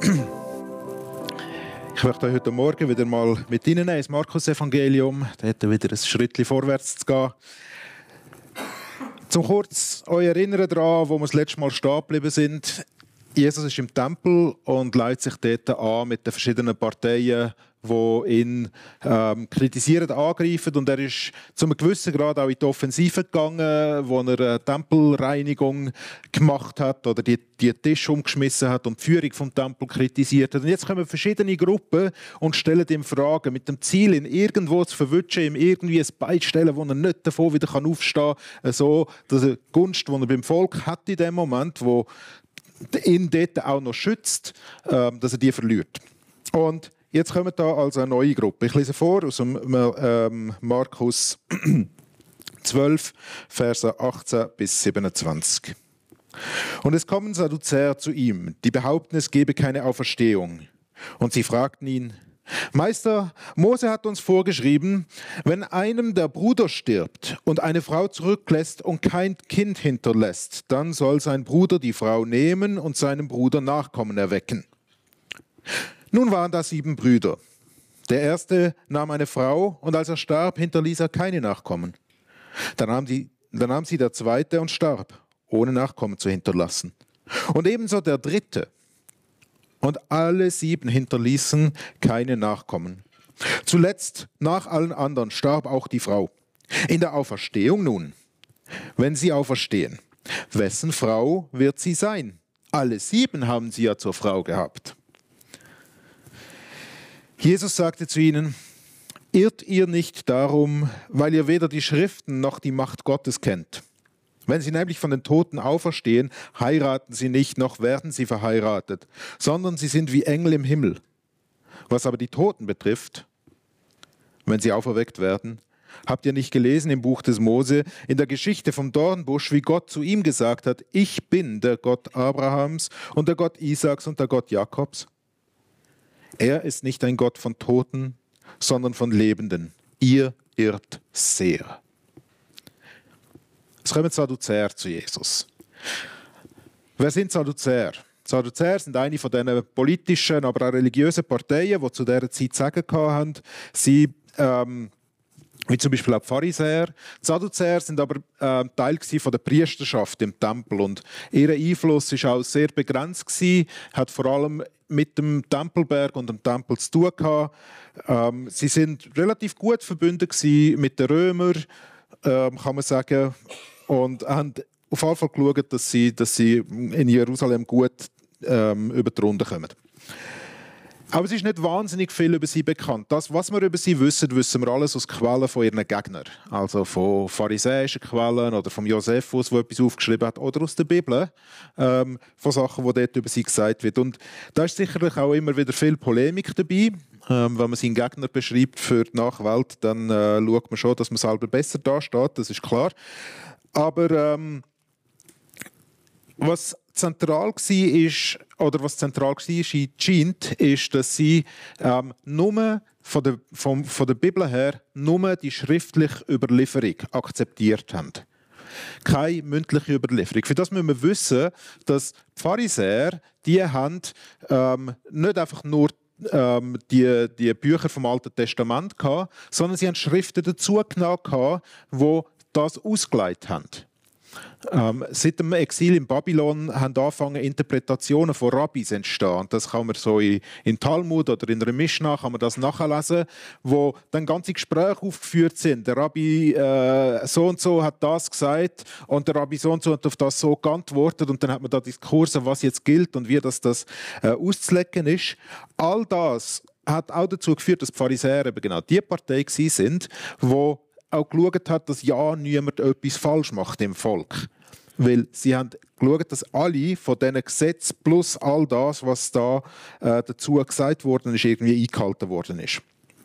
Ich möchte euch heute Morgen wieder mal mit Ihnen ins Markus-Evangelium. Da hat wieder ein Schrittchen vorwärts zu gehen. Zum kurz euch erinnern daran, wo wir das letzte Mal stehen geblieben sind. Jesus ist im Tempel und leitet sich dort an mit den verschiedenen Parteien, die ihn kritisieren, angreifen. Und er ist zu einem gewissen Grad auch in die Offensive gegangen, wo er eine Tempelreinigung gemacht hat oder die Tische umgeschmissen hat und die Führung vom Tempel kritisiert hat. Und jetzt kommen verschiedene Gruppen und stellen ihm Fragen mit dem Ziel, ihn irgendwo zu verwutschen, ihm irgendwie ein Bein zu stellen, wo er nicht davon wieder aufstehen kann. So, dass er die Gunst, die er beim Volk hat in dem Moment, wo ihn dort auch noch schützt, dass er die verliert. Und jetzt kommt da also eine neue Gruppe. Ich lese vor aus dem Markus 12, Verse 18 bis 27. Und es kommen Sadduzäer zu ihm, die behaupten, es gebe keine Auferstehung. Und sie fragten ihn: Meister, Mose hat uns vorgeschrieben, wenn einem der Bruder stirbt und eine Frau zurücklässt und kein Kind hinterlässt, dann soll sein Bruder die Frau nehmen und seinem Bruder Nachkommen erwecken. Nun waren da 7 Brüder. Der erste nahm eine Frau und als er starb, hinterließ er keine Nachkommen. Dann nahm sie der zweite und starb, ohne Nachkommen zu hinterlassen. Und ebenso der dritte. Und alle 7 hinterließen keine Nachkommen. Zuletzt, nach allen anderen, starb auch die Frau. In der Auferstehung nun, wenn sie auferstehen, wessen Frau wird sie sein? Alle 7 haben sie ja zur Frau gehabt. Jesus sagte zu ihnen: Irrt ihr nicht darum, weil ihr weder die Schriften noch die Macht Gottes kennt. Wenn sie nämlich von den Toten auferstehen, heiraten sie nicht, noch werden sie verheiratet, sondern sie sind wie Engel im Himmel. Was aber die Toten betrifft, wenn sie auferweckt werden, habt ihr nicht gelesen im Buch des Mose, in der Geschichte vom Dornbusch, wie Gott zu ihm gesagt hat: Ich bin der Gott Abrahams und der Gott Isaaks und der Gott Jakobs. Er ist nicht ein Gott von Toten, sondern von Lebenden. Ihr irrt sehr. Jetzt kommen Sadduzäer zu Jesus. Wer sind Sadduzäer? Sadduzäer sind eine von diesen politischen, aber auch religiösen Parteien, die zu dieser Zeit Sagen hatten. Sie, wie zum Beispiel auch die Pharisäer. Die Sadduzäer sind aber Teil von der Priesterschaft im Tempel und ihr Einfluss war auch sehr begrenzt gewesen, hat vor allem mit dem Tempelberg und dem Tempel zu tun gehabt. Sie sind relativ gut verbunden mit den Römern, kann man sagen, und haben auf jeden Fall geschaut, dass sie in Jerusalem gut über die Runde kommen. Aber es ist nicht wahnsinnig viel über sie bekannt. Das, was wir über sie wissen, wissen wir alles aus Quellen von ihren Gegnern. Also von pharisäischen Quellen oder vom Josephus, der etwas aufgeschrieben hat, oder aus der Bibel, von Sachen, die dort über sie gesagt wird. Und da ist sicherlich auch immer wieder viel Polemik dabei. Wenn man seinen Gegner beschreibt für die Nachwelt, dann schaut man schon, dass man selber besser dasteht, das ist klar. Aber was zentral war, scheint, ist, dass sie nur von der Bibel her nur die schriftliche Überlieferung akzeptiert haben. Keine mündliche Überlieferung. Für das müssen wir wissen, dass die Pharisäer, die haben nicht einfach nur die Bücher vom Alten Testament gehabt, sondern sie haben Schriften dazu genommen, die das ausgelegt haben. Seit dem Exil in Babylon haben angefangen, Interpretationen von Rabbis entstehen. Das kann man so in Talmud oder in der Mishnah kann man das nachlesen, wo dann ganze Gespräche aufgeführt sind. Der Rabbi so und so hat das gesagt und der Rabbi so und so hat auf das so geantwortet und dann hat man da Diskurse, was jetzt gilt und wie das auszulegen ist. All das hat auch dazu geführt, dass die Pharisäer eben genau die Partei sind, die auch geschaut hat, dass ja niemand etwas falsch macht im Volk. Weil sie haben geschaut, dass alle von diesen Gesetzen plus all das, was da dazu gesagt worden ist, irgendwie eingehalten worden ist.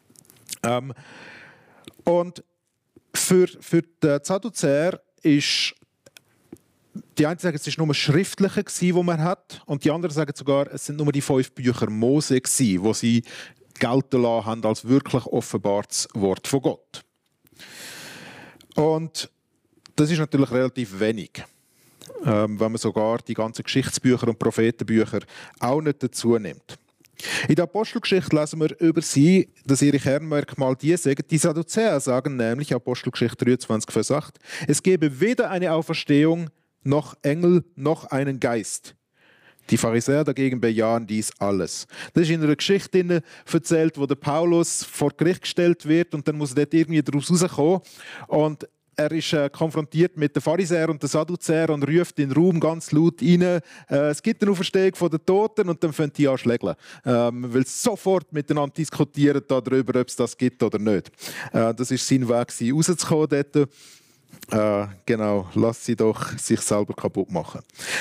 Und für die Sadduzäer ist die einen sagen, es war nur das Schriftliche, das man hat, und die anderen sagen sogar, es sind nur die 5 Bücher Mose, die sie gelten lassen haben als wirklich offenbares Wort von Gott. Und das ist natürlich relativ wenig. wenn man sogar die ganzen Geschichtsbücher und Prophetenbücher auch nicht dazu nimmt. In der Apostelgeschichte lesen wir über sie, dass ihre Kernmerkmale die sagen. Die Sadduzäer sagen nämlich, Apostelgeschichte 23, Vers 8, es gebe weder eine Auferstehung, noch Engel, noch einen Geist. Die Pharisäer dagegen bejahen dies alles. Das ist in einer Geschichte erzählt, wo der Paulus vor Gericht gestellt wird und dann muss er dort irgendwie daraus rauskommen. Und er ist konfrontiert mit den Pharisäern und den Sadduzäern und ruft in den Raum ganz laut rein, es gibt eine Auferstehung von den Toten, und dann fangen die an schlägeln. Weil sie sofort miteinander diskutieren darüber, ob es das gibt oder nicht. Das war sein Weg, rauszukommen dort. Genau, lass sie doch sich selber kaputt machen.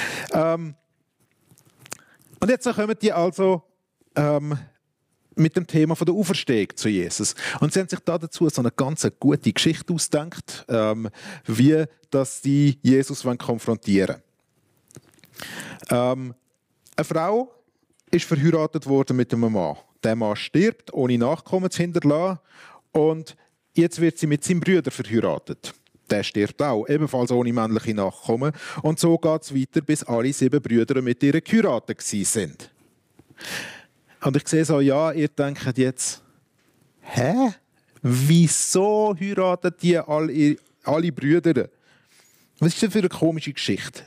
Und jetzt kommen die also mit dem Thema von der Auferstehung zu Jesus. Und sie haben sich dazu so eine ganz gute Geschichte ausgedacht, wie dass die Jesus konfrontieren wollen. Eine Frau ist verheiratet worden mit einem Mann. Der Mann stirbt, ohne Nachkommen zu hinterlassen, und jetzt wird sie mit seinem Bruder verheiratet. Der stirbt auch, ebenfalls ohne männliche Nachkommen. Und so geht es weiter, bis alle 7 Brüder mit ihr geheiratet sind. Und ich sehe so, ja, ihr denkt jetzt, hä? Wieso heiraten die alle Brüder? Was ist denn für eine komische Geschichte?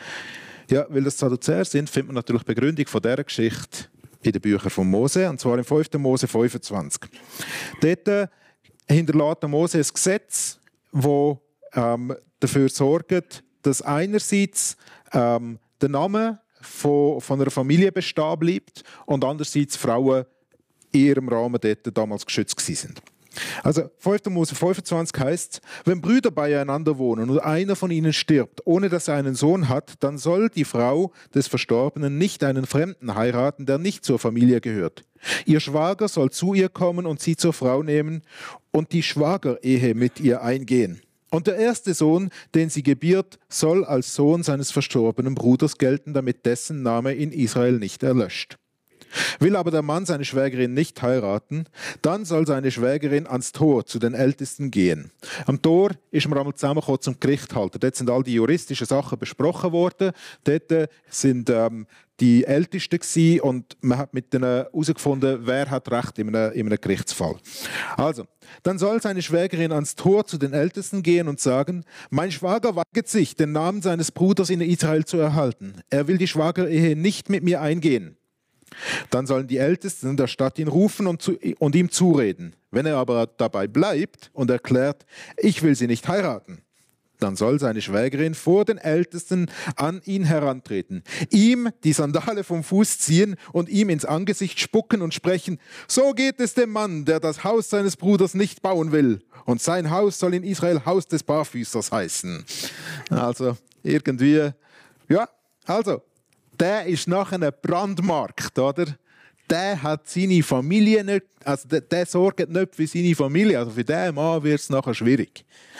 Ja, weil das Sadduzäer sind, findet man natürlich die Begründung von dieser Geschichte in den Büchern von Mose, und zwar im 5. Mose 25. Dort hinterlässt Mose ein Gesetz, das dafür sorgt, dass einerseits der Name von einer Familie bestehen bleibt und andererseits Frauen in ihrem Rahmen dort damals geschützt sind. Also 5. Mose 25 heißt, wenn Brüder beieinander wohnen und einer von ihnen stirbt, ohne dass er einen Sohn hat, dann soll die Frau des Verstorbenen nicht einen Fremden heiraten, der nicht zur Familie gehört. Ihr Schwager soll zu ihr kommen und sie zur Frau nehmen und die Schwagerehe mit ihr eingehen. Und der erste Sohn, den sie gebiert, soll als Sohn seines verstorbenen Bruders gelten, damit dessen Name in Israel nicht erlöscht. Will aber der Mann seine Schwägerin nicht heiraten, dann soll seine Schwägerin ans Tor zu den Ältesten gehen. Am Tor ist man einmal zusammengekommen zum Gericht halten. Dort sind all die juristischen Sachen besprochen worden. Dort sind die Ältesten gewesen, und man hat mit denen herausgefunden, wer hat Recht in einem Gerichtsfall. Also, dann soll seine Schwägerin ans Tor zu den Ältesten gehen und sagen, mein Schwager weigert sich, den Namen seines Bruders in Israel zu erhalten. Er will die Schwagerehe nicht mit mir eingehen. Dann sollen die Ältesten der Stadt ihn rufen und ihm zureden. Wenn er aber dabei bleibt und erklärt, ich will sie nicht heiraten, dann soll seine Schwägerin vor den Ältesten an ihn herantreten, ihm die Sandale vom Fuß ziehen und ihm ins Angesicht spucken und sprechen, so geht es dem Mann, der das Haus seines Bruders nicht bauen will. Und sein Haus soll in Israel Haus des Barfüßers heißen. Also irgendwie, ja, also der ist nachher ein Brandmarkt, oder? Der hat seine Familie nicht, also der sorgt nicht für seine Familie, also für den Mann wird es nachher schwierig.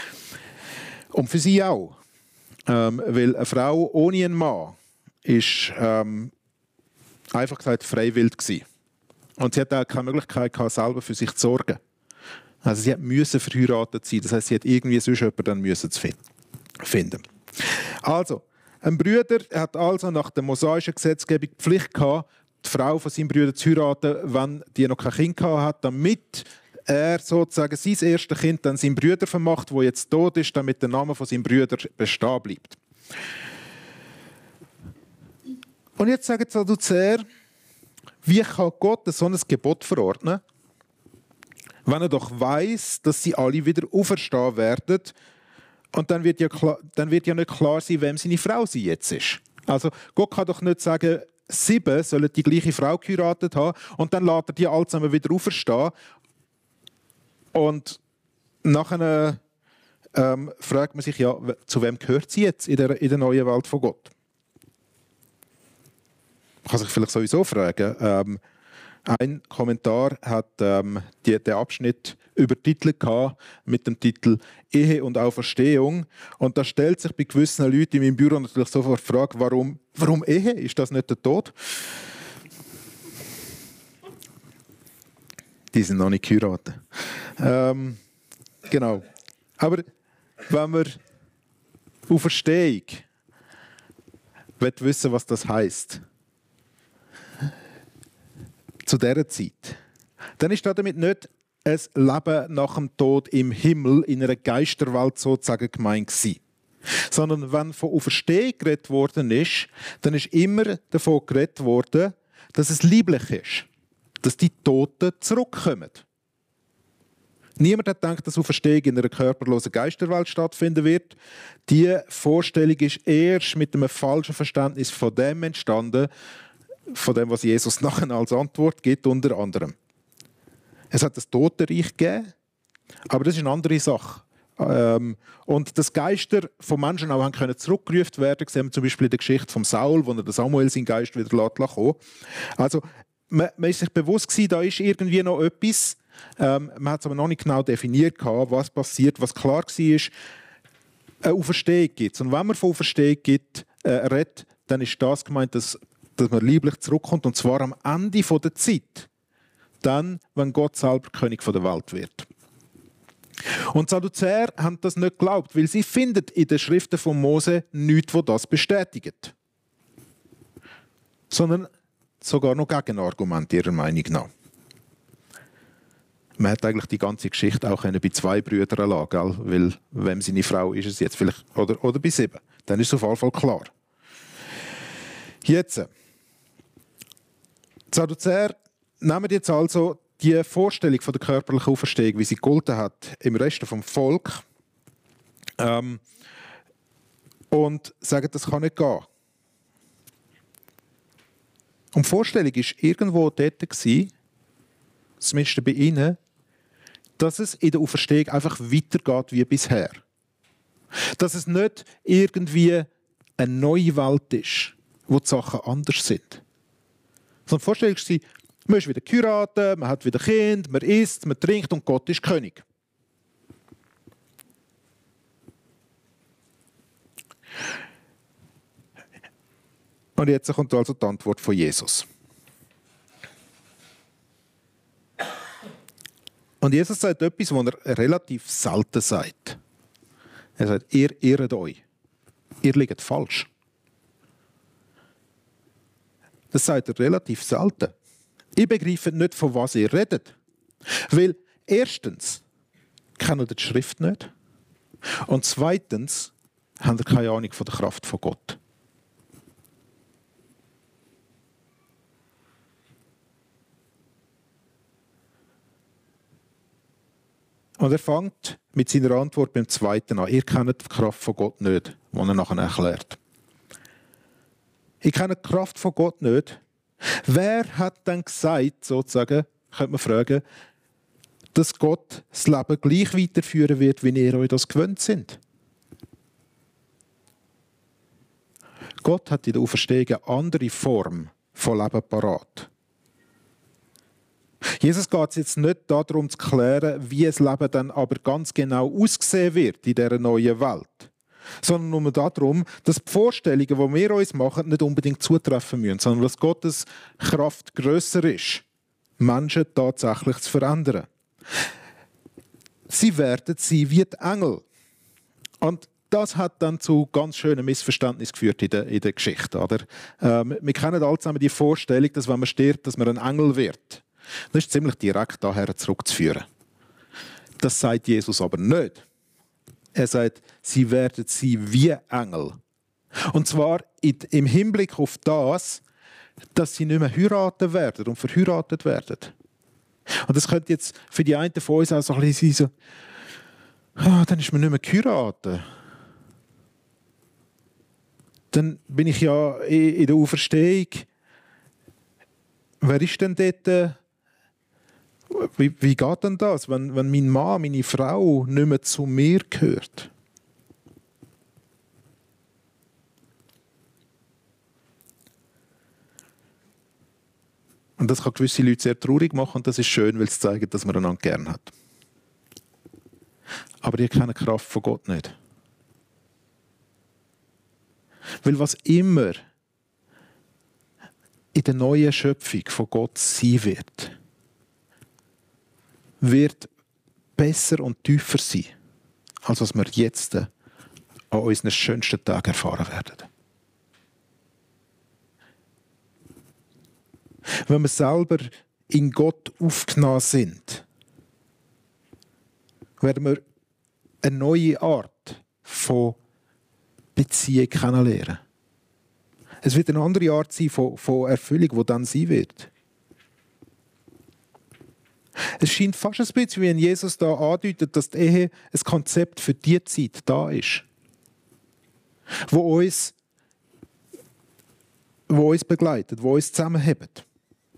Und für sie auch. Weil eine Frau ohne einen Mann ist einfach gesagt freiwillig gewesen. Und sie hat auch keine Möglichkeit gehabt, selber für sich zu sorgen. Also sie musste verheiratet sein, das heisst, sie hat irgendwie sonst jemanden dann müssen finden. Also, ein Bruder hat also nach der mosaischen Gesetzgebung die Pflicht gehabt, die Frau von seinem Bruder zu heiraten, wenn die noch kein Kind gehabt hat, damit er sozusagen sein erstes Kind dann seinem Bruder vermacht, der jetzt tot ist, damit der Name von seinem Bruder bestehen bleibt. Und jetzt sagen die Sadduzäer, wie kann Gott so ein Gebot verordnen, wenn er doch weiß, dass sie alle wieder auferstehen werden? Und dann wird ja nicht klar sein, wem seine Frau sie jetzt ist. Also Gott kann doch nicht sagen, 7 sollen die gleiche Frau geheiratet haben und dann lässt er die alle zusammen wieder auferstehen. Und nachher fragt man sich, ja, zu wem gehört sie jetzt in der neuen Welt von Gott? Man kann sich vielleicht sowieso fragen. Ein Kommentar hat den Abschnitt übertitelt mit dem Titel Ehe und Auferstehung. Und da stellt sich bei gewissen Leuten in meinem Büro natürlich sofort die Frage, warum Ehe? Ist das nicht der Tod? Die sind noch nicht geheiratet. Genau. Aber wenn wir Auferstehung möchte wissen, was das heisst. Zu dieser Zeit. Dann ist damit nicht ein Leben nach dem Tod im Himmel in einer Geisterwelt sozusagen gemeint gewesen. Sondern wenn von Auferstehung geredet worden ist, dann ist immer davon geredet worden, dass es lieblich ist, dass die Toten zurückkommen. Niemand hat gedacht, dass Auferstehung in einer körperlosen Geisterwelt stattfinden wird. Die Vorstellung ist erst mit einem falschen Verständnis von dem entstanden, von dem, was Jesus nachher als Antwort gibt, unter anderem. Es hat das Totenreich gegeben, aber das ist eine andere Sache. Und dass Geister von Menschen auch können zurückgerufen werden, sehen wir zum Beispiel in der Geschichte von Saul, wo er den Samuel seinen Geist wieder kommen lässt. Also, man ist sich bewusst gewesen, da ist irgendwie noch etwas. Man hat es aber noch nicht genau definiert, was passiert. Was klar war, eine Auferstehung gibt es. Und wenn man von Auferstehung redet, dann ist das gemeint, dass man lieblich zurückkommt, und zwar am Ende der Zeit. Dann, wenn Gott selber König der Welt wird. Und die Sadduzäer haben das nicht geglaubt, weil sie finden in den Schriften von Mose nichts, das das bestätigt. Sondern sogar noch Gegenargumente ihrer Meinung nach. Man hätte eigentlich die ganze Geschichte auch bei 2 Brüdern lassen, gell? Weil wem seine Frau ist es jetzt vielleicht, oder bei 7. Dann ist es auf jeden Fall klar. Jetzt, die Sadduzäer nehmen jetzt also die Vorstellung von der körperlichen Auferstehung, wie sie gegolten hat im Rest vom Volk, und sagen, das kann nicht gehen. Und die Vorstellung war irgendwo dort, zumindest bei ihnen, dass es in der Auferstehung einfach weitergeht wie bisher. Dass es nicht irgendwie eine neue Welt ist, wo die Sachen anders sind. Sondern die Vorstellung war, man ist wieder geheiratet, man hat wieder Kind, man isst, man trinkt und Gott ist König. Und jetzt kommt also die Antwort von Jesus. Und Jesus sagt etwas, was er relativ selten sagt. Er sagt, ihr irrt euch. Ihr liegt falsch. Das sagt er relativ selten. Ich begreife nicht, von was ihr redet. Weil erstens kennt ihr die Schrift nicht. Und zweitens habt ihr keine Ahnung von der Kraft von Gott. Und er fängt mit seiner Antwort beim zweiten an. Ihr kennt die Kraft von Gott nicht, die er nachher erklärt. Ich kenne die Kraft von Gott nicht. Wer hat denn gesagt, sozusagen, könnte man fragen, dass Gott das Leben gleich weiterführen wird, wie ihr euch das gewöhnt sind? Gott hat in der Auferstehung eine andere Form von Leben parat. Jesus geht es jetzt nicht darum zu klären, wie das Leben dann aber ganz genau aussehen wird in dieser neuen Welt. Sondern nur darum, dass die Vorstellungen, die wir uns machen, nicht unbedingt zutreffen müssen, sondern dass Gottes Kraft grösser ist, Menschen tatsächlich zu verändern. Sie werden sein wie die Engel. Und das hat dann zu ganz schönen Missverständnissen geführt in der Geschichte. Oder? Wir kennen alle zusammen die Vorstellung, dass wenn man stirbt, dass man ein Engel wird. Das ist ziemlich direkt daher zurückzuführen. Das sagt Jesus aber nicht. Er sagt, sie werden sein wie Engel. Und zwar im Hinblick auf das, dass sie nicht mehr heiraten werden und verheiratet werden. Und das könnte jetzt für die einen von uns auch so ein bisschen sein, so, dann ist man nicht mehr geheiratet. Dann bin ich ja in der Auferstehung. Wer ist denn dort? Wie geht denn das, wenn mein Mann, meine Frau nicht mehr zu mir gehört? Und das kann gewisse Leute sehr traurig machen und das ist schön, weil es zeigt, dass man einander gern hat. Aber ihr kennt die Kraft von Gott nicht. Weil was immer in der neuen Schöpfung von Gott sein wird besser und tiefer sein, als was wir jetzt an unseren schönsten Tagen erfahren werden. wenn wir selber in Gott aufgenommen sind, werden wir eine neue Art von Beziehung kennenlernen. Es wird eine andere Art sein von Erfüllung, die dann sein wird. Es scheint fast ein bisschen, wie wenn Jesus da andeutet, dass die Ehe ein Konzept für die Zeit da ist, wo uns begleitet, wo uns zusammenhält.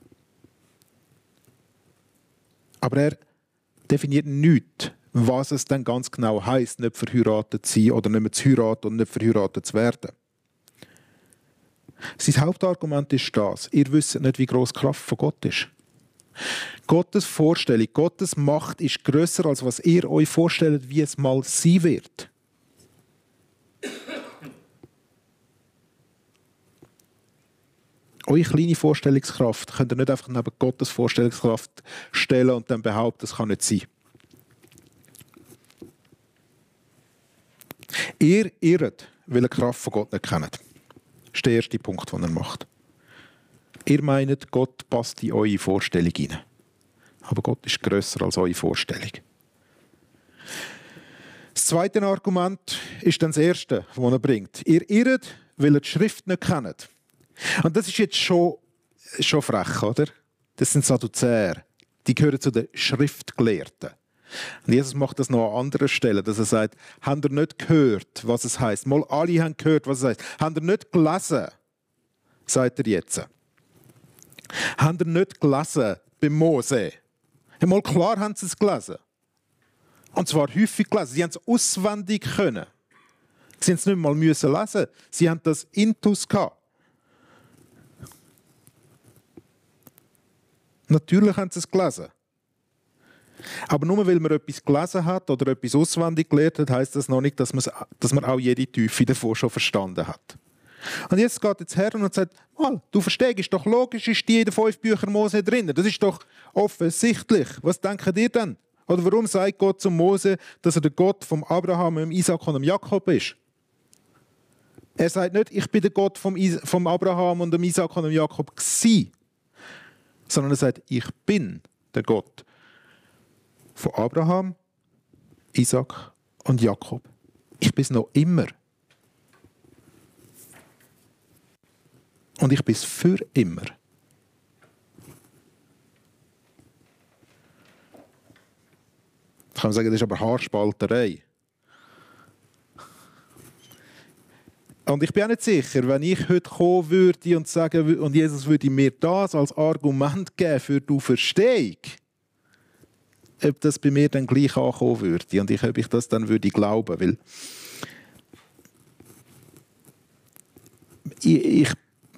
Aber er definiert nicht, was es dann ganz genau heisst, nicht verheiratet zu sein oder nicht mehr zu heiraten und nicht verheiratet zu werden. Sein Hauptargument ist das: Ihr wisst nicht, wie gross die Kraft von Gott ist. Gottes Vorstellung, Gottes Macht ist grösser, als was ihr euch vorstellt, wie es mal sein wird. Eure kleine Vorstellungskraft könnt ihr nicht einfach neben Gottes Vorstellungskraft stellen und dann behaupten, das kann nicht sein. Ihr irrt, weil ihr die Kraft von Gott nicht kennt. Das ist der erste Punkt, den er macht. Ihr meint, Gott passt in eure Vorstellung hinein. Aber Gott ist grösser als eure Vorstellung. Das zweite Argument ist dann das erste, das er bringt. Ihr irrt, weil ihr die Schrift nicht kennt. Und das ist jetzt schon frech, oder? Das sind Sadduzäer. Die gehören zu den Schriftgelehrten. Und Jesus macht das noch an anderer Stelle, dass er sagt, habt ihr nicht gehört, was es heisst? Mal alle haben gehört, was es heisst. Habt ihr nicht gelesen, sagt er jetzt. Habt ihr nicht gelesen bei Mose? Ja, mal klar haben sie es gelesen. Und zwar häufig gelesen. Sie haben es auswendig können. Sie haben es nicht mal lesen müssen. Sie haben das Intus gehabt. Natürlich haben sie es gelesen. Aber nur weil man etwas gelesen hat oder etwas auswendig gelernt hat, heisst das noch nicht, dass man auch jede Tiefe davon schon verstanden hat. Und jetzt geht jetzt her und sagt, du verstehst, ist doch logisch, ist die in den 5 Büchern Mose drin. Das ist doch offensichtlich. Was denkt ihr denn? Oder warum sagt Gott zu Mose, dass er der Gott vom Abraham, dem Isaac und dem Jakob ist? Er sagt nicht, ich bin der Gott vom Abraham und dem Isaac und dem Jakob gewesen, sondern er sagt, ich bin der Gott von Abraham, Isaac und Jakob. Ich bin es noch immer. Und ich bin es für immer. Ich kann sagen, das ist aber Haarspalterei. Und ich bin auch nicht sicher, wenn ich heute kommen würde und sagen, und Jesus würde mir das als Argument geben für die Auferstehung, ob das bei mir dann gleich ankommen würde und ob ich das dann würde glauben, weil ich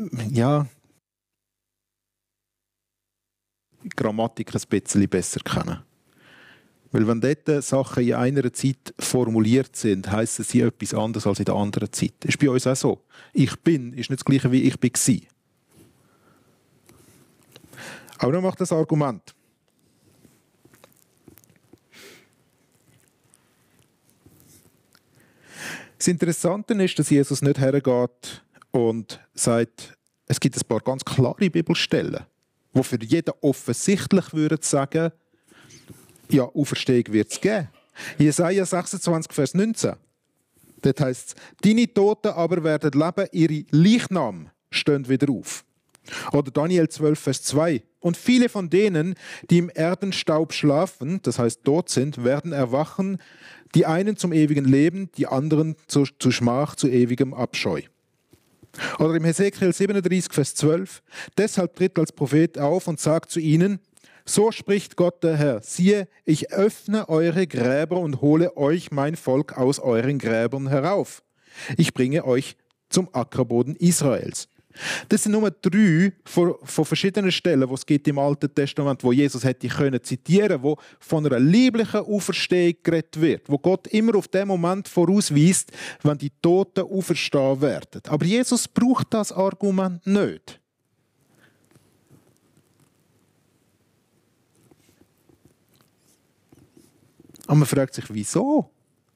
Grammatik ein bisschen besser kennen. Weil wenn dort Sachen in einer Zeit formuliert sind, heissen sie etwas anderes als in der anderen Zeit. Das ist bei uns auch so. Ich bin ist nicht das Gleiche wie ich bin gsi. Aber dann macht das Argument. Das Interessante ist, dass Jesus nicht hergeht und sagt, es gibt ein paar ganz klare Bibelstellen, die für jeden offensichtlich würden sagen, ja, Auferstehung wird es geben. Jesaja 26, Vers 19. Dort heisst es, deine Toten aber werden leben, ihre Leichnam stehen wieder auf. Oder Daniel 12, Vers 2. Und viele von denen, die im Erdenstaub schlafen, das heißt tot sind, werden erwachen, die einen zum ewigen Leben, die anderen zu Schmach, zu ewigem Abscheu. Oder im Hesekiel 37, Vers 12. Deshalb tritt als Prophet auf und sagt zu ihnen, so spricht Gott der Herr, siehe, ich öffne eure Gräber und hole euch mein Volk aus euren Gräbern herauf. Ich bringe euch zum Ackerboden Israels. Das sind nur 3 von verschiedenen Stellen, wo es gibt im Alten Testament, wo Jesus hätte können zitieren, wo von einer lieblichen Auferstehung geredet wird, wo Gott immer auf den Moment vorausweist, wenn die Toten auferstehen werden. Aber Jesus braucht das Argument nicht. Und man fragt sich, wieso?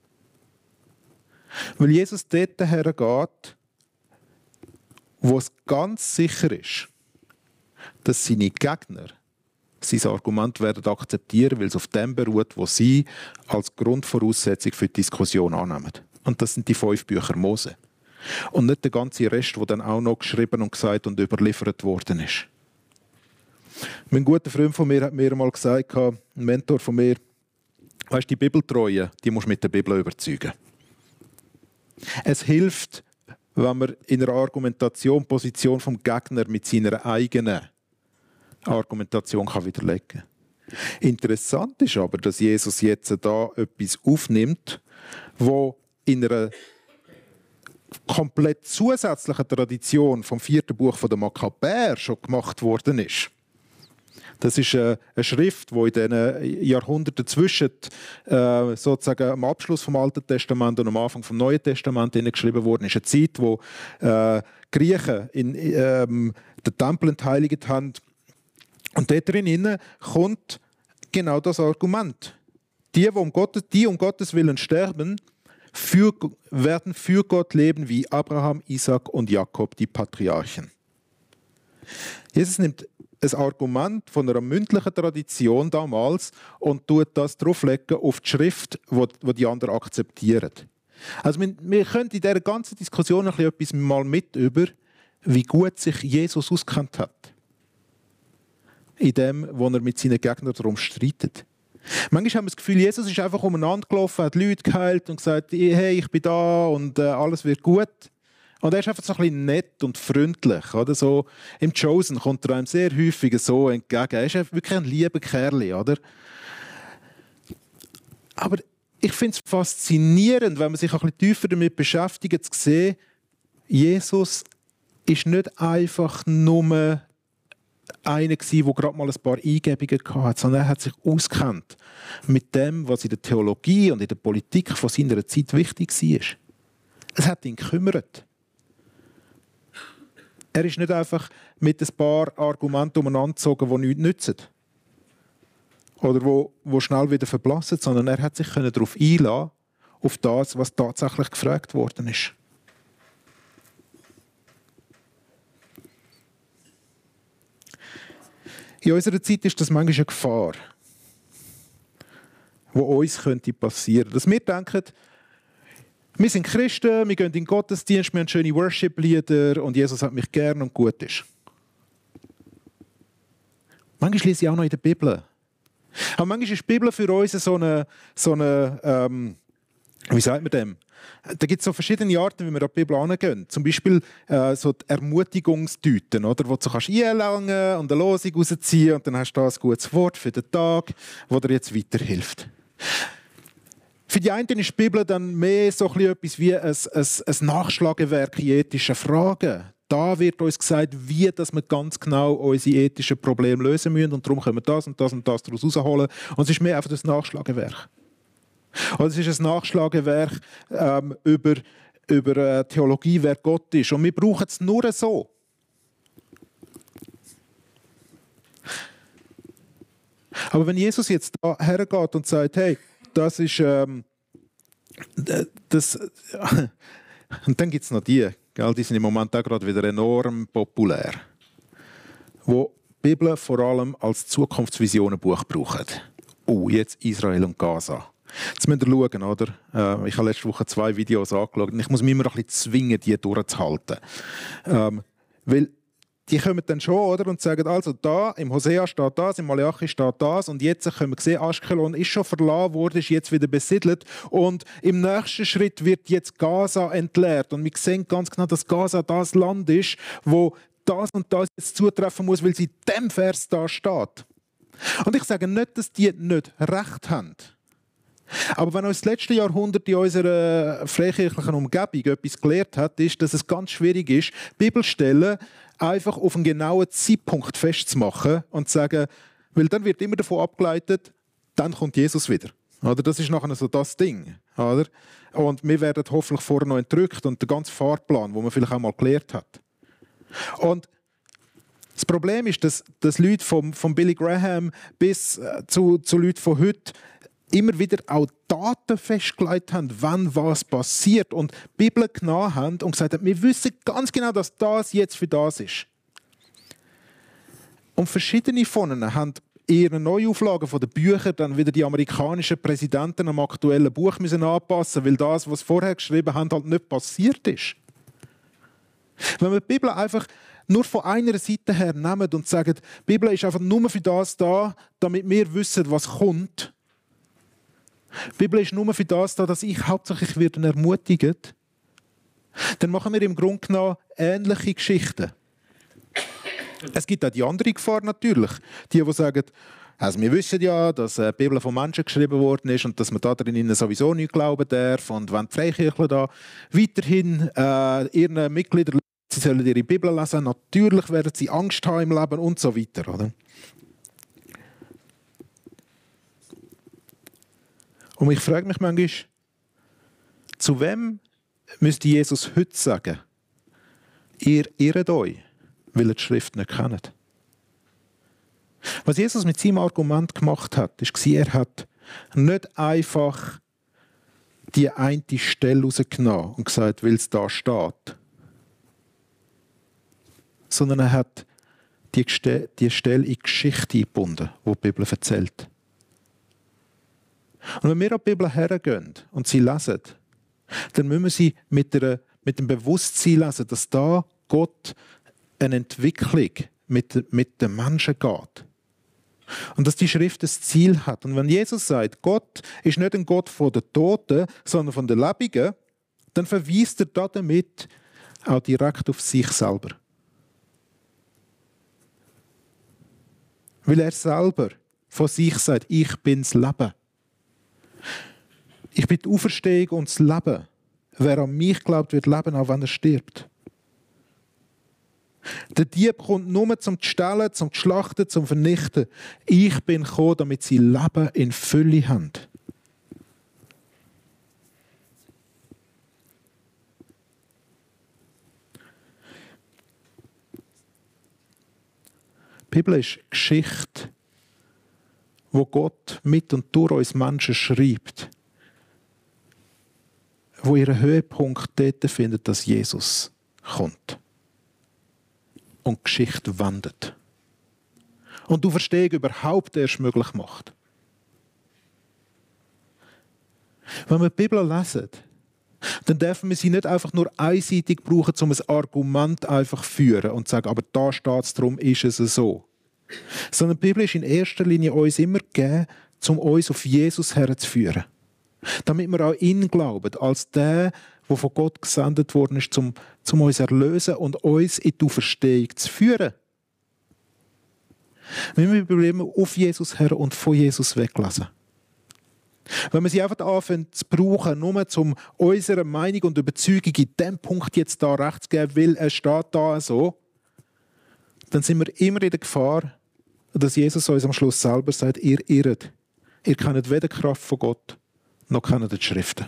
Weil Jesus dort hergeht, wo es ganz sicher ist, dass seine Gegner sein Argument werden akzeptieren, weil es auf dem beruht, was sie als Grundvoraussetzung für die Diskussion annehmen. Und das sind die 5 Bücher Mose. Und nicht der ganze Rest, der dann auch noch geschrieben und gesagt und überliefert worden ist. Mein guter Freund von mir hat mir einmal gesagt, ein Mentor von mir, weißt, die Bibeltreue, die musst du mit der Bibel überzeugen. Es hilft, wenn man in einer Argumentation die Position vom Gegner mit seiner eigenen Argumentation kann widerlegen kann. Interessant ist aber, dass Jesus jetzt da etwas aufnimmt, wo in einer komplett zusätzlichen Tradition vom 4. Buch der Makkabäer schon gemacht worden ist. Das ist eine Schrift, die in den Jahrhunderten zwischen sozusagen am Abschluss vom Alten Testament und am Anfang vom Neuen Testament geschrieben wurde. Es ist eine Zeit, wo Griechen den Tempel entheiligt haben. Und dort drin kommt genau das Argument. Die um Gottes Willen sterben, werden für Gott leben wie Abraham, Isaac und Jakob, die Patriarchen. Jesus nimmt ein Argument von einer mündlichen Tradition damals und tut das drauflegen auf die Schrift, die die anderen akzeptieren. Also wir können in dieser ganzen Diskussion etwas mal mit über, wie gut sich Jesus auskennt hat. In dem, wo er mit seinen Gegnern darum streitet. Manchmal haben wir das Gefühl, Jesus ist einfach umeinander gelaufen, hat Leute geheilt und gesagt, hey, ich bin da und alles wird gut. Und er ist einfach so ein bisschen nett und freundlich. Oder? So, im Chosen kommt er einem sehr häufig so entgegen. Er ist wirklich ein lieber Kerl. Oder? Aber ich finde es faszinierend, wenn man sich ein bisschen tiefer damit beschäftigt, zu sehen, Jesus ist nicht einfach nur einer gewesen, der gerade mal ein paar Eingebungen hatte, sondern er hat sich auskennt mit dem, was in der Theologie und in der Politik von seiner Zeit wichtig war. Es hat ihn gekümmert. Er ist nicht einfach mit ein paar Argumenten umeinander gezogen, die nichts nützen. Oder wo schnell wieder verblassen, sondern er hat sich darauf einlassen, auf das, was tatsächlich gefragt worden ist. In unserer Zeit ist das manchmal eine Gefahr, die uns passieren könnte. Dass wir denken, wir sind Christen, wir gehen in den Gottesdienst, wir haben schöne Worship-Lieder und Jesus hat mich gern und gut ist. Manchmal lese ich auch noch in der Bibel. Aber manchmal ist die Bibel für uns so eine wie sagt man dem? Da gibt es so verschiedene Arten, wie wir an die Bibel herangehen. Zum Beispiel so die Ermutigungstüten, oder? Wo du kannst einlangen und eine Losung rausziehen und dann hast du da ein gutes Wort für den Tag, das dir jetzt weiterhilft. Für die einen ist die Bibel dann mehr so etwas wie ein Nachschlagewerk in ethischen Fragen. Da wird uns gesagt, wie dass wir ganz genau unsere ethischen Probleme lösen müssen und darum können wir das und das und das daraus rausholen. Und es ist mehr einfach das Nachschlagewerk. Und es ist ein Nachschlagewerk über Theologie, wer Gott ist. Und wir brauchen es nur so. Aber wenn Jesus jetzt da hergeht und sagt, hey, das ist das und dann gibt es noch die sind im Moment auch gerade wieder enorm populär, wo die Bibel vor allem als Zukunftsvisionenbuch brauchen. Jetzt Israel und Gaza. Jetzt müsst ihr schauen, oder? Ich habe letzte Woche 2 Videos angeschaut und ich muss mich immer ein bisschen zwingen, die durchzuhalten. Weil die kommen dann schon, oder? Und sagen, also da, im Hosea steht das, im Malachi steht das und jetzt können wir sehen, Aschkelon ist schon verlassen worden, ist jetzt wieder besiedelt und im nächsten Schritt wird jetzt Gaza entleert und wir sehen ganz genau, dass Gaza das Land ist, wo das und das jetzt zutreffen muss, weil sie in dem Vers da steht. Und ich sage nicht, dass die nicht recht haben. Aber wenn uns das letzte Jahrhundert in unserer freikirchlichen Umgebung etwas gelehrt hat, ist, dass es ganz schwierig ist, Bibelstellen einfach auf einen genauen Zeitpunkt festzumachen und zu sagen, weil dann wird immer davon abgeleitet, dann kommt Jesus wieder. Oder? Das ist nachher so das Ding. Oder? Und wir werden hoffentlich vorher noch entrückt und der ganze Fahrplan, den man vielleicht auch mal gelehrt hat. Und das Problem ist, dass Leute vom Billy Graham bis zu Leuten von heute immer wieder auch Daten festgelegt haben, wann was passiert und die Bibel genommen haben und gesagt haben, wir wissen ganz genau, dass das jetzt für das ist. Und verschiedene von ihnen haben in ihren Neuauflagen von den Büchern dann wieder die amerikanischen Präsidenten am aktuellen Buch müssen anpassen, weil das, was sie vorher geschrieben haben, halt nicht passiert ist. Wenn wir die Bibel einfach nur von einer Seite her nehmen und sagen, die Bibel ist einfach nur für das da, damit wir wissen, was kommt. Die Bibel ist nur für das da, dass ich hauptsächlich ermutigt werde. Dann machen wir im Grunde genommen ähnliche Geschichten. Es gibt auch die andere Gefahr natürlich. Die sagen, also wir wissen ja, dass die Bibel von Menschen geschrieben worden ist und dass man da drinnen sowieso nicht glauben darf. Und wenn die Freikirchen da weiterhin ihren Mitgliedern, sie sollen ihre Bibel lesen, natürlich werden sie Angst haben im Leben und so weiter. Oder? Und ich frage mich manchmal, zu wem müsste Jesus heute sagen, ihr irret euch, weil ihr die Schrift nicht kennt? Was Jesus mit seinem Argument gemacht hat, war, er hat nicht einfach die eine Stelle rausgenommen und gesagt, weil es da steht, sondern er hat die Stelle in die Geschichte eingebunden, die die Bibel erzählt. Und wenn wir an die Bibel hergehen und sie lesen, dann müssen wir sie mit dem Bewusstsein lesen, dass da Gott eine Entwicklung mit den Menschen geht. Und dass die Schrift ein Ziel hat. Und wenn Jesus sagt, Gott ist nicht ein Gott von den Toten, sondern von den Lebenden, dann verweist er damit auch direkt auf sich selber. Weil er selber von sich sagt, ich bin das Leben. Ich bin die Auferstehung und das Leben. Wer an mich glaubt, wird leben, auch wenn er stirbt. Der Dieb kommt nur zum Stehlen, zum Schlachten, zum Vernichten. Ich bin gekommen, damit sie Leben in Fülle haben. Die Bibel ist Geschichte, wo Gott mit und durch uns Menschen schreibt, wo ihren Höhepunkt dort findet, dass Jesus kommt und die Geschichte wendet. Und du Verstehung überhaupt erst möglich macht. Wenn wir die Bibel lesen, dann dürfen wir sie nicht einfach nur einseitig brauchen, um ein Argument einfach zu führen und zu sagen, aber da steht es, darum ist es so. Sondern die Bibel ist in erster Linie uns immer gegeben, um uns auf Jesus herzuführen. Damit wir an ihn glauben, als der, der von Gott gesendet worden ist, um uns zu erlösen und uns in die Auferstehung zu führen. Wir müssen die Probleme auf Jesus her und von Jesus weglesen. Wenn wir sie einfach anfangen zu brauchen, nur um unserer Meinung und Überzeugung in diesem Punkt jetzt da recht zu geben, weil es steht da so, dann sind wir immer in der Gefahr, dass Jesus uns am Schluss selber sagt, ihr irret. Ihr kennt weder die Kraft von Gott, noch kennt die Schriften.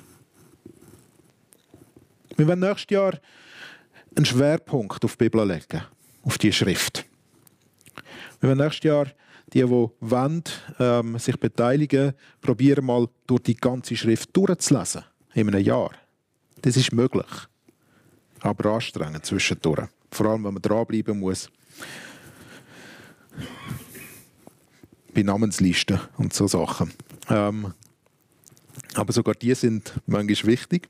Wir werden nächstes Jahr einen Schwerpunkt auf die Bibel legen, auf die Schrift. Wir werden nächstes Jahr die wollen, sich beteiligen, probieren mal durch die ganze Schrift durchzulesen. In einem Jahr. Das ist möglich. Aber anstrengend zwischendurch. Vor allem, wenn man dranbleiben muss. Bei Namenslisten und so Sachen. Aber sogar die sind manchmal wichtig.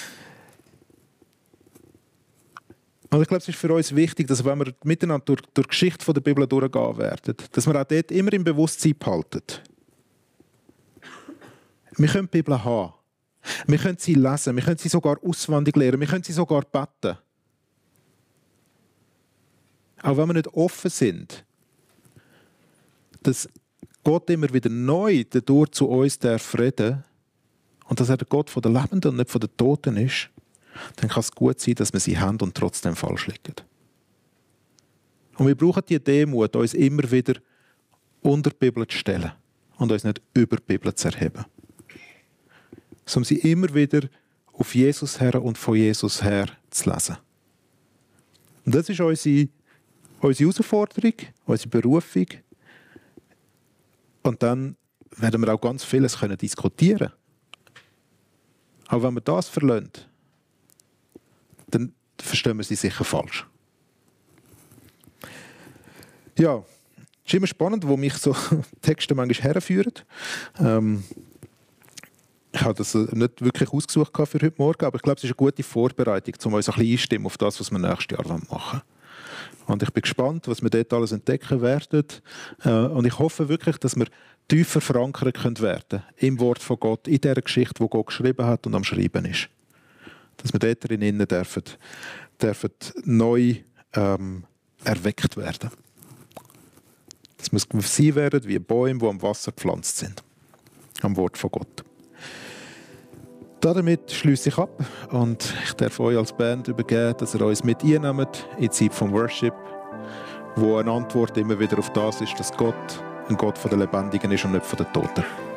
Und ich glaube, es ist für uns wichtig, dass wenn wir miteinander durch die Geschichte der Bibel durchgehen werden, dass wir auch dort immer im Bewusstsein behalten. Wir können die Bibel haben. Wir können sie lesen. Wir können sie sogar auswendig lernen. Wir können sie sogar beten. Auch wenn wir nicht offen sind, dass Gott immer wieder neu dadurch zu uns reden darf und dass er der Gott der Lebenden und nicht von den Toten ist, dann kann es gut sein, dass wir sie haben und trotzdem falsch liegen. Und wir brauchen die Demut, uns immer wieder unter die Bibel zu stellen und uns nicht über die Bibel zu erheben. Sondern sie immer wieder auf Jesus her und von Jesus her zu lesen. Und das ist unsere Herausforderung, unsere Berufung. Und dann werden wir auch ganz vieles diskutieren können. Aber wenn wir das verlassen, dann verstehen wir sie sicher falsch. Ja, Es ist immer spannend, wo mich so Texte manchmal herführen. Ich habe das nicht wirklich ausgesucht für heute Morgen, aber ich glaube, es ist eine gute Vorbereitung, um uns ein bisschen einstimmen auf das, was wir nächstes Jahr machen wollen. Und ich bin gespannt, was wir dort alles entdecken werden. Und ich hoffe wirklich, dass wir tiefer verankert werden können im Wort von Gott, in der Geschichte, die Gott geschrieben hat und am Schreiben ist. Dass wir dort drinnen dürfen neu erweckt werden. Dass wir sein werden wie Bäume, die am Wasser gepflanzt sind. Am Wort von Gott. Damit schließe ich ab und ich darf euch als Band übergeben, dass ihr uns mit einnehmt in die Zeit vom Worship, wo eine Antwort immer wieder auf das ist, dass Gott ein Gott von der Lebendigen ist und nicht von den Toten.